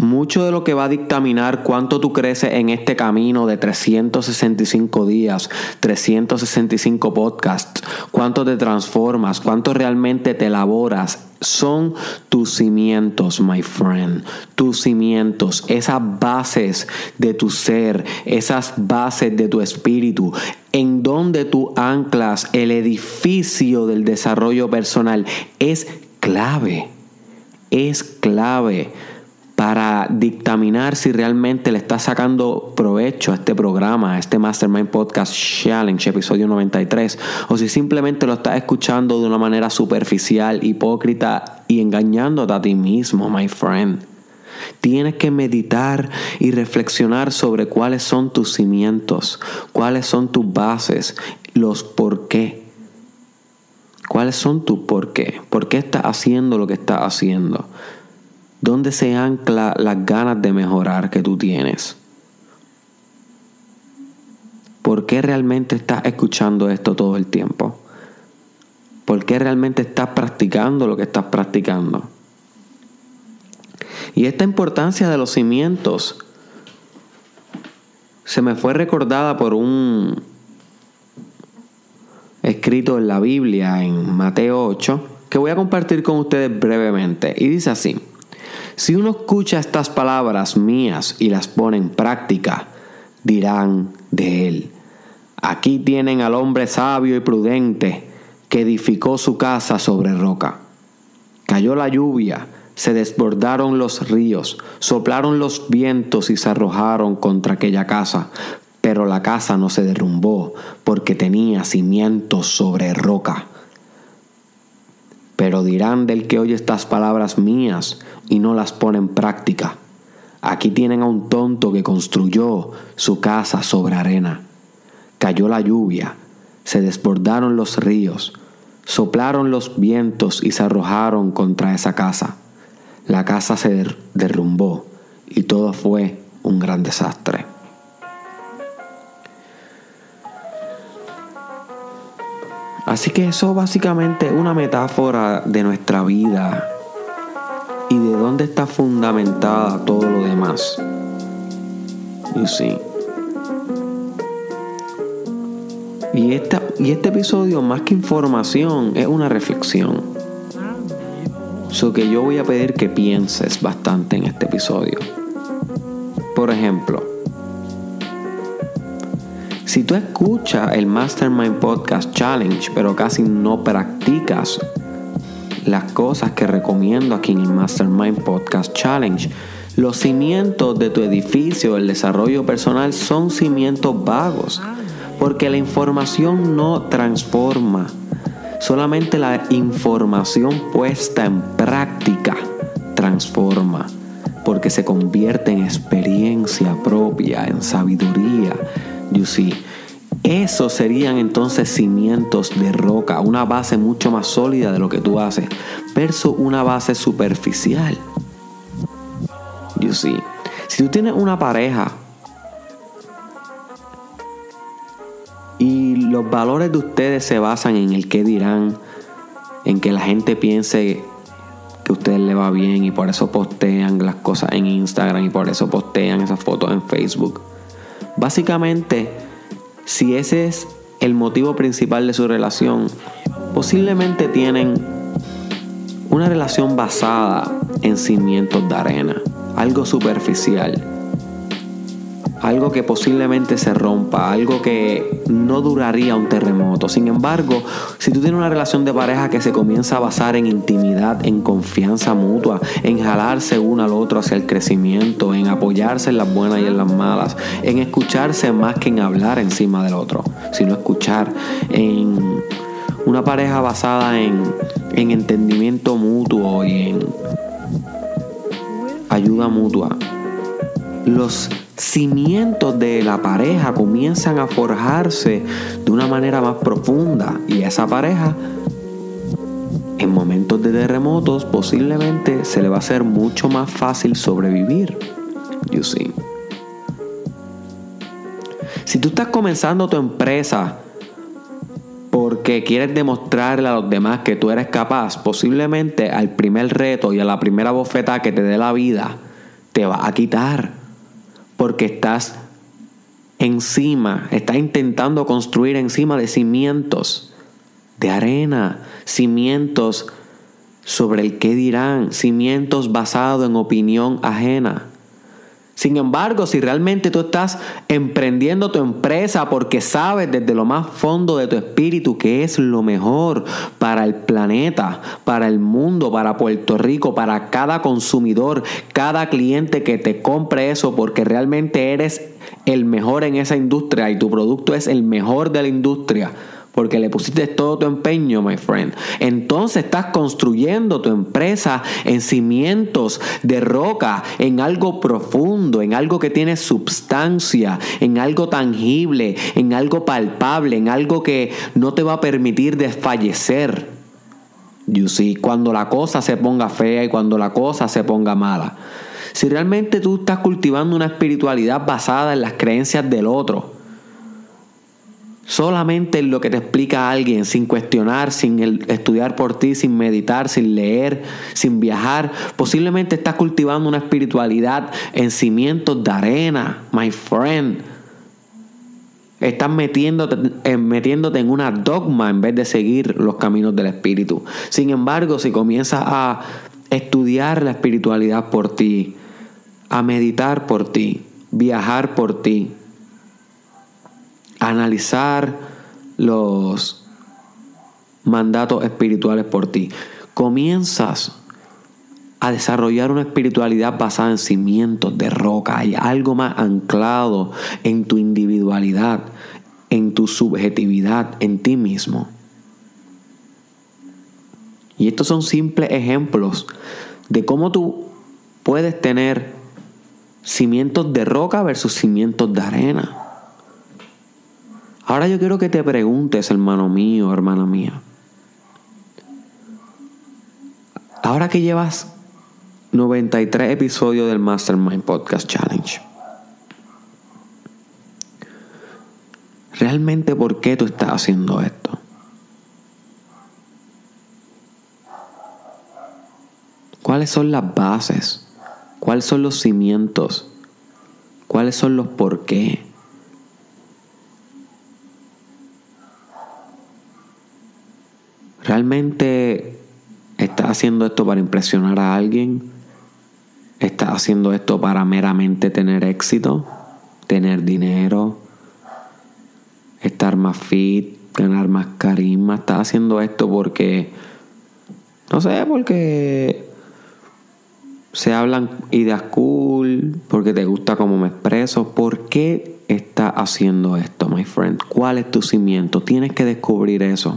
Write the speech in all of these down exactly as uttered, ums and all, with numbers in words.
mucho de lo que va a dictaminar cuánto tú creces en este camino de trescientos sesenta y cinco días, trescientos sesenta y cinco podcasts, cuánto te transformas, cuánto realmente te elaboras, son tus cimientos, my friend. Tus cimientos, esas bases de tu ser, esas bases de tu espíritu, en donde tú anclas el edificio del desarrollo personal, es clave, es clave para dictaminar si realmente le estás sacando provecho a este programa, a este Mastermind Podcast Challenge, episodio noventa y tres, o si simplemente lo estás escuchando de una manera superficial, hipócrita y engañándote a ti mismo, my friend. Tienes que meditar y reflexionar sobre cuáles son tus cimientos, cuáles son tus bases, los por qué. ¿Cuáles son tus por qué? ¿Por qué estás haciendo lo que estás haciendo? ¿Dónde se ancla las ganas de mejorar que tú tienes? ¿Por qué realmente estás escuchando esto todo el tiempo? ¿Por qué realmente estás practicando lo que estás practicando? Y esta importancia de los cimientos se me fue recordada por un escrito en la Biblia, en Mateo ocho, que voy a compartir con ustedes brevemente. Y dice así: si uno escucha estas palabras mías y las pone en práctica, dirán de él: aquí tienen al hombre sabio y prudente que edificó su casa sobre roca. Cayó la lluvia, se desbordaron los ríos, soplaron los vientos y se arrojaron contra aquella casa. Pero la casa no se derrumbó porque tenía cimientos sobre roca. Pero dirán del que oye estas palabras mías y no las pone en práctica: aquí tienen a un tonto que construyó su casa sobre arena. Cayó la lluvia, se desbordaron los ríos, soplaron los vientos y se arrojaron contra esa casa. La casa se der- derrumbó y todo fue un gran desastre. Así que eso básicamente es una metáfora de nuestra vida y de dónde está fundamentada todo lo demás. You see. Y, esta, y este episodio, más que información, es una reflexión. So que yo voy a pedir que pienses bastante en este episodio. Por ejemplo, si tú escuchas el Mastermind Podcast Challenge, pero casi no practicas las cosas que recomiendo aquí en el Mastermind Podcast Challenge, los cimientos de tu edificio, el desarrollo personal, son cimientos vagos, porque la información no transforma. Solamente la información puesta en práctica transforma, porque se convierte en experiencia propia, en sabiduría. You see. Esos serían entonces cimientos de roca, una base mucho más sólida de lo que tú haces, versus una base superficial. You see. Si tú tienes una pareja y los valores de ustedes se basan en el qué dirán, en que la gente piense que a ustedes les va bien y por eso postean las cosas en Instagram y por eso postean esas fotos en Facebook. Básicamente, si ese es el motivo principal de su relación, posiblemente tienen una relación basada en cimientos de arena, algo superficial, algo que posiblemente se rompa, algo que no duraría un terremoto. Sin embargo, si tú tienes una relación de pareja que se comienza a basar en intimidad, en confianza mutua, en jalarse uno al otro hacia el crecimiento, en apoyarse en las buenas y en las malas, en escucharse más que en hablar encima del otro, sino escuchar, en una pareja basada en, en entendimiento mutuo y en ayuda mutua, los cimientos de la pareja comienzan a forjarse de una manera más profunda, y a esa pareja en momentos de terremotos posiblemente se le va a hacer mucho más fácil sobrevivir. You see. Si tú estás comenzando tu empresa porque quieres demostrarle a los demás que tú eres capaz, posiblemente al primer reto y a la primera bofetada que te dé la vida, te va a quitar. Porque estás encima, estás intentando construir encima de cimientos de arena, cimientos sobre el qué dirán, cimientos basados en opinión ajena. Sin embargo, si realmente tú estás emprendiendo tu empresa porque sabes desde lo más fondo de tu espíritu que es lo mejor para el planeta, para el mundo, para Puerto Rico, para cada consumidor, cada cliente que te compre eso porque realmente eres el mejor en esa industria y tu producto es el mejor de la industria, porque le pusiste todo tu empeño, my friend. Entonces estás construyendo tu empresa en cimientos de roca, en algo profundo, en algo que tiene substancia, en algo tangible, en algo palpable, en algo que no te va a permitir desfallecer. You see, cuando la cosa se ponga fea y cuando la cosa se ponga mala. Si realmente tú estás cultivando una espiritualidad basada en las creencias del otro, solamente en lo que te explica alguien, sin cuestionar, sin el estudiar por ti, sin meditar, sin leer, sin viajar, posiblemente estás cultivando una espiritualidad en cimientos de arena, my friend. Estás metiéndote, eh, metiéndote en una dogma en vez de seguir los caminos del espíritu. Sin embargo, si comienzas a estudiar la espiritualidad por ti, a meditar por ti, viajar por ti, analizar los mandatos espirituales por ti, comienzas a desarrollar una espiritualidad basada en cimientos de roca. Hay algo más anclado en tu individualidad, en tu subjetividad, en ti mismo. Y estos son simples ejemplos de cómo tú puedes tener cimientos de roca versus cimientos de arena. Ahora yo quiero que te preguntes, hermano mío, hermana mía. Ahora que llevas noventa y tres episodios del Mastermind Podcast Challenge, ¿realmente por qué tú estás haciendo esto? ¿Cuáles son las bases? ¿Cuáles son los cimientos? ¿Cuáles son los por qué? ¿Realmente estás haciendo esto para impresionar a alguien? ¿Estás haciendo esto para meramente tener éxito? ¿Tener dinero? ¿Estar más fit? ¿Ganar más carisma? ¿Estás haciendo esto porque, no sé, porque se hablan ideas cool? ¿Porque te gusta cómo me expreso? ¿Por qué estás haciendo esto, my friend? ¿Cuál es tu cimiento? Tienes que descubrir eso.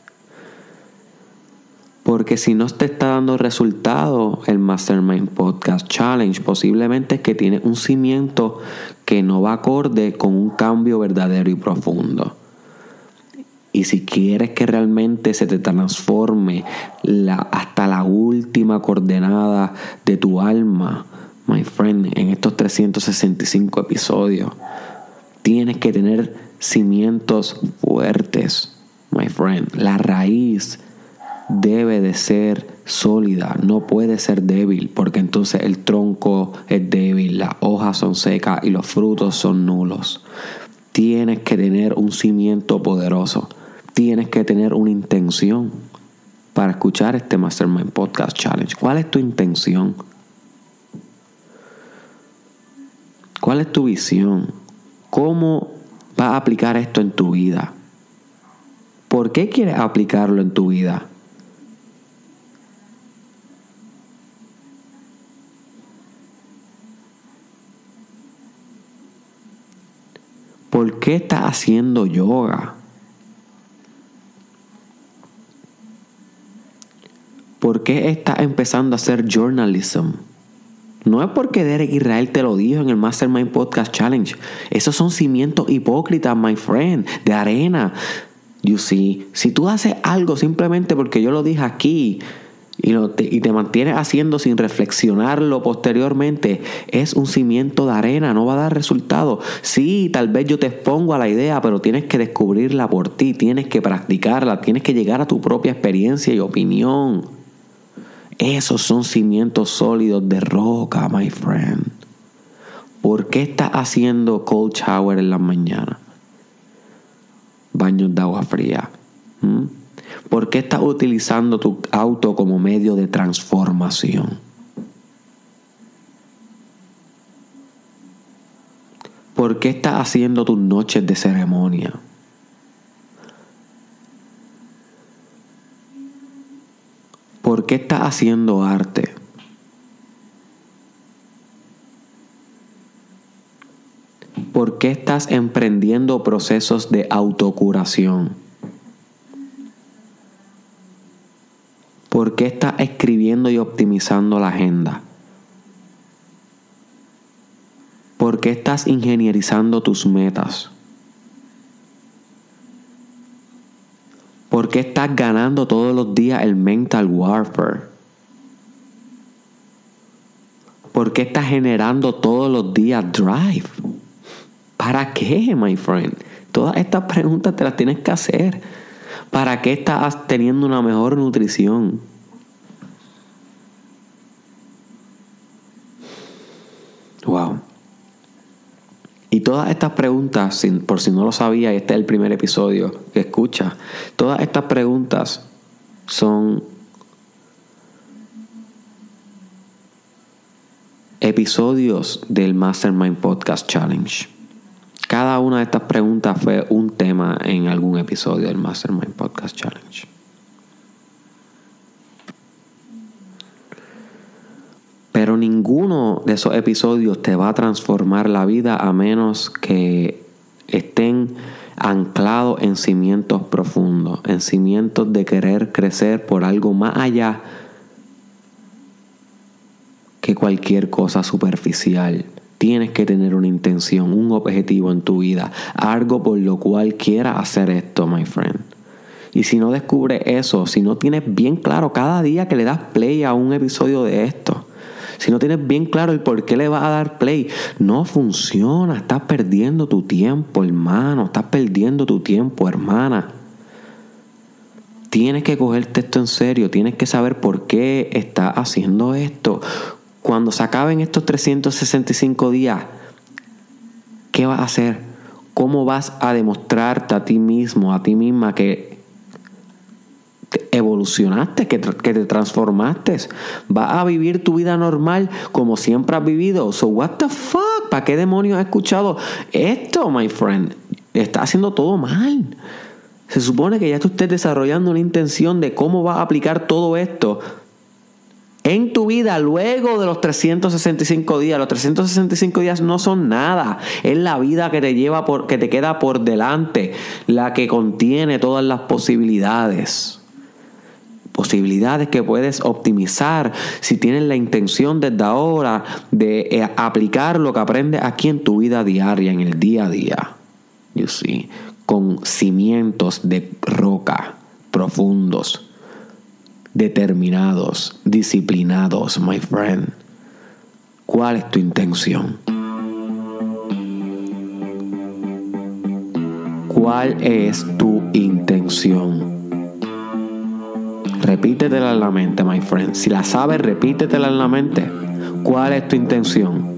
Porque si no te está dando resultado el Mastermind Podcast Challenge, posiblemente es que tienes un cimiento que no va acorde con un cambio verdadero y profundo. Y si quieres que realmente se te transforme la, hasta la última coordenada de tu alma, my friend, en estos trescientos sesenta y cinco episodios, tienes que tener cimientos fuertes, my friend. La raíz debe de ser sólida, no puede ser débil, porque entonces el tronco es débil, las hojas son secas y los frutos son nulos. Tienes que tener un cimiento poderoso, tienes que tener una intención para escuchar este Mastermind Podcast Challenge. ¿Cuál es tu intención? ¿Cuál es tu visión? ¿Cómo vas a aplicar esto en tu vida? ¿Por qué quieres aplicarlo en tu vida? ¿Por qué estás haciendo yoga? ¿Por qué estás empezando a hacer journalism? No es porque Derek Israel te lo dijo en el Mastermind Podcast Challenge. Esos son cimientos hipócritas, my friend, de arena. You see, si tú haces algo simplemente porque yo lo dije aquí y, lo te, y te mantienes haciendo sin reflexionarlo posteriormente, es un cimiento de arena, no va a dar resultado. Sí, tal vez yo te expongo a la idea, pero tienes que descubrirla por ti, tienes que practicarla, tienes que llegar a tu propia experiencia y opinión. Esos son cimientos sólidos de roca, my friend. ¿Por qué estás haciendo cold shower en las mañanas? Baños de agua fría. ¿Mm? ¿Por qué estás utilizando tu auto como medio de transformación? ¿Por qué estás haciendo tus noches de ceremonia? ¿Por qué estás haciendo arte? ¿Por qué estás emprendiendo procesos de autocuración? ¿Por qué estás escribiendo y optimizando la agenda? ¿Por qué estás ingenierizando tus metas? ¿Por qué estás ganando todos los días el mental warfare? ¿Por qué estás generando todos los días drive? ¿Para qué, my friend? Todas estas preguntas te las tienes que hacer. ¿Para qué estás teniendo una mejor nutrición? Wow. Y todas estas preguntas, por si no lo sabía, y este es el primer episodio que escucha, todas estas preguntas son episodios del Mastermind Podcast Challenge. Cada una de estas preguntas fue un tema en algún episodio del Mastermind Podcast Challenge. Pero ninguno de esos episodios te va a transformar la vida a menos que estén anclados en cimientos profundos, en cimientos de querer crecer por algo más allá que cualquier cosa superficial. Tienes que tener una intención, un objetivo en tu vida, algo por lo cual quieras hacer esto, my friend. Y si no descubres eso, si no tienes bien claro cada día que le das play a un episodio de esto, si no tienes bien claro el por qué le vas a dar play, no funciona. Estás perdiendo tu tiempo, hermano. Estás perdiendo tu tiempo, hermana. Tienes que cogerte esto en serio. Tienes que saber por qué estás haciendo esto. Cuando se acaben estos trescientos sesenta y cinco días, ¿qué vas a hacer? ¿Cómo vas a demostrarte a ti mismo, a ti misma que evolucionaste, que, que te transformaste? ¿Vas a vivir tu vida normal como siempre has vivido? So what the fuck? ¿Para qué demonios has escuchado esto, my friend? Estás haciendo todo mal. Se supone que ya tú estés desarrollando una intención de cómo vas a aplicar todo esto en tu vida luego de los trescientos sesenta y cinco días. Los trescientos sesenta y cinco días no son nada. Es la vida que te lleva por, que te queda por delante, la que contiene todas las posibilidades. Posibilidades que puedes optimizar si tienes la intención desde ahora de eh, aplicar lo que aprendes aquí en tu vida diaria, en el día a día. You see, con cimientos de roca profundos, determinados, disciplinados, my friend. ¿Cuál es tu intención? ¿Cuál es tu intención? Repítetela en la mente, my friend. Si la sabes, repítetela en la mente. ¿Cuál es tu intención?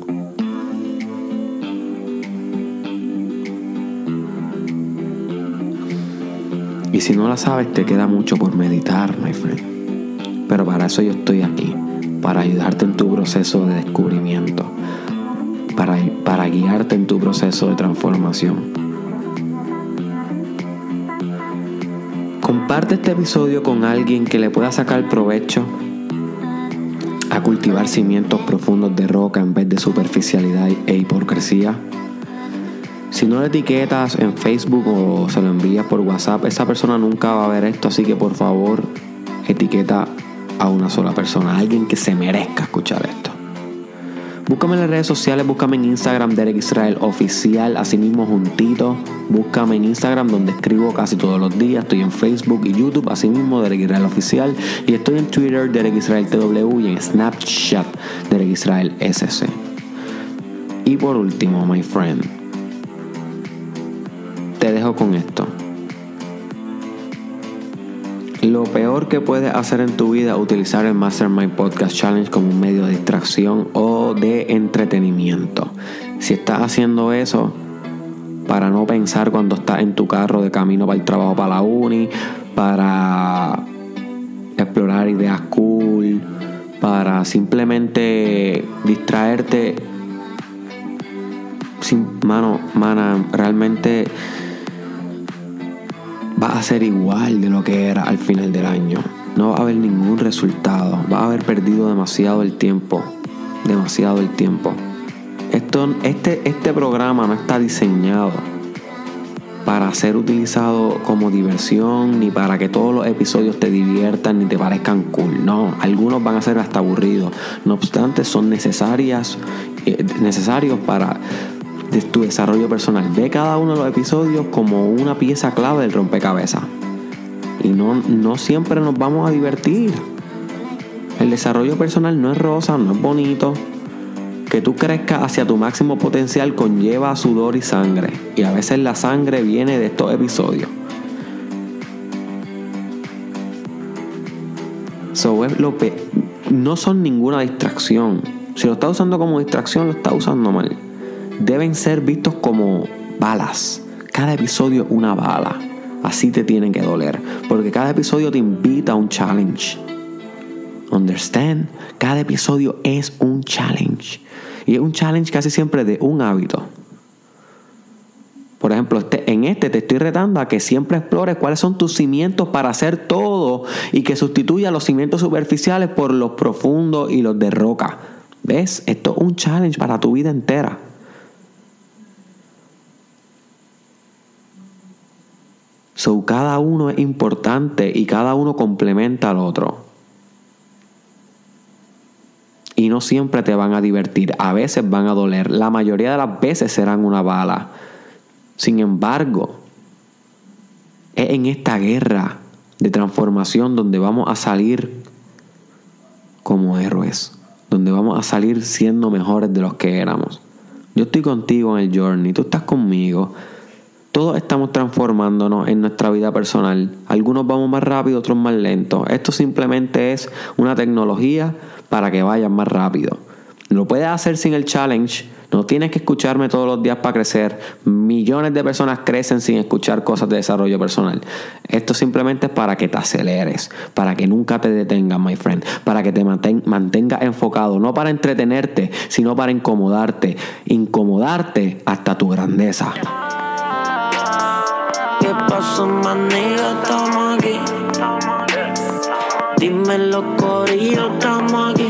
Y si no la sabes, te queda mucho por meditar, my friend. Pero para eso yo estoy aquí, para ayudarte en tu proceso de descubrimiento, para, para guiarte en tu proceso de transformación. Comparte este episodio con alguien que le pueda sacar provecho a cultivar cimientos profundos de roca en vez de superficialidad e hipocresía. Si no le etiquetas en Facebook o se lo envías por WhatsApp, esa persona nunca va a ver esto, así que por favor etiqueta a una sola persona, a alguien que se merezca escuchar esto. Búscame en las redes sociales, búscame en Instagram, Derek Israel Oficial, así mismo juntito. Búscame en Instagram, donde escribo casi todos los días. Estoy en Facebook y YouTube, así mismo Derek Israel Oficial. Y estoy en Twitter, Derek Israel T W, y en Snapchat, Derek Israel S C. Y por último, my friend, te dejo con esto. Lo peor que puedes hacer en tu vida es utilizar el Mastermind Podcast Challenge como un medio de distracción o de entretenimiento. Si estás haciendo eso para no pensar cuando estás en tu carro de camino para el trabajo, para la uni, para explorar ideas cool, para simplemente distraerte, sin, mano, mana, realmente vas a ser igual de lo que era al final del año. No va a haber ningún resultado. Vas a haber perdido demasiado el tiempo. Demasiado el tiempo. Esto, este, este programa no está diseñado para ser utilizado como diversión, ni para que todos los episodios te diviertan ni te parezcan cool. No, algunos van a ser hasta aburridos. No obstante, son necesarias, eh, necesarios para de tu desarrollo personal. Ve cada uno de los episodios como una pieza clave del rompecabezas. Y no, no siempre nos vamos a divertir. El desarrollo personal no es rosa, no es bonito. Que tú crezcas hacia tu máximo potencial conlleva sudor y sangre. Y a veces la sangre viene de estos episodios. So, es lo pe- no son ninguna distracción. Si lo estás usando como distracción, lo estás usando mal. Deben ser vistos como balas. Cada episodio es una bala. Así te tienen que doler. Porque cada episodio te invita a un challenge. Understand? Cada episodio es un challenge. Y es un challenge casi siempre de un hábito. Por ejemplo, este, en este te estoy retando a que siempre explores cuáles son tus cimientos para hacer todo. Y que sustituya los cimientos superficiales por los profundos y los de roca. ¿Ves? Esto es un challenge para tu vida entera. So, cada uno es importante y cada uno complementa al otro. Y no siempre te van a divertir. A veces van a doler. La mayoría de las veces serán una bala. Sin embargo, es en esta guerra de transformación donde vamos a salir como héroes. Donde vamos a salir siendo mejores de los que éramos. Yo estoy contigo en el journey. Tú estás conmigo. Todos estamos transformándonos en nuestra vida personal. Algunos vamos más rápido, otros más lentos. Esto simplemente es una tecnología para que vayas más rápido. Lo puedes hacer sin el challenge. No tienes que escucharme todos los días para crecer. Millones de personas crecen sin escuchar cosas de desarrollo personal. Esto simplemente es para que te aceleres, para que nunca te detengas, my friend, para que te manten- mantengas enfocado, no para entretenerte, sino para incomodarte, incomodarte hasta tu grandeza. ¿Qué pasó, maniga? Estamos aquí. Dime los corillos, estamos aquí.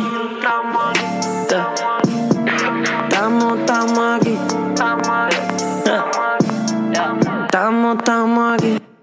Estamos, estamos aquí. Estamos, estamos aquí.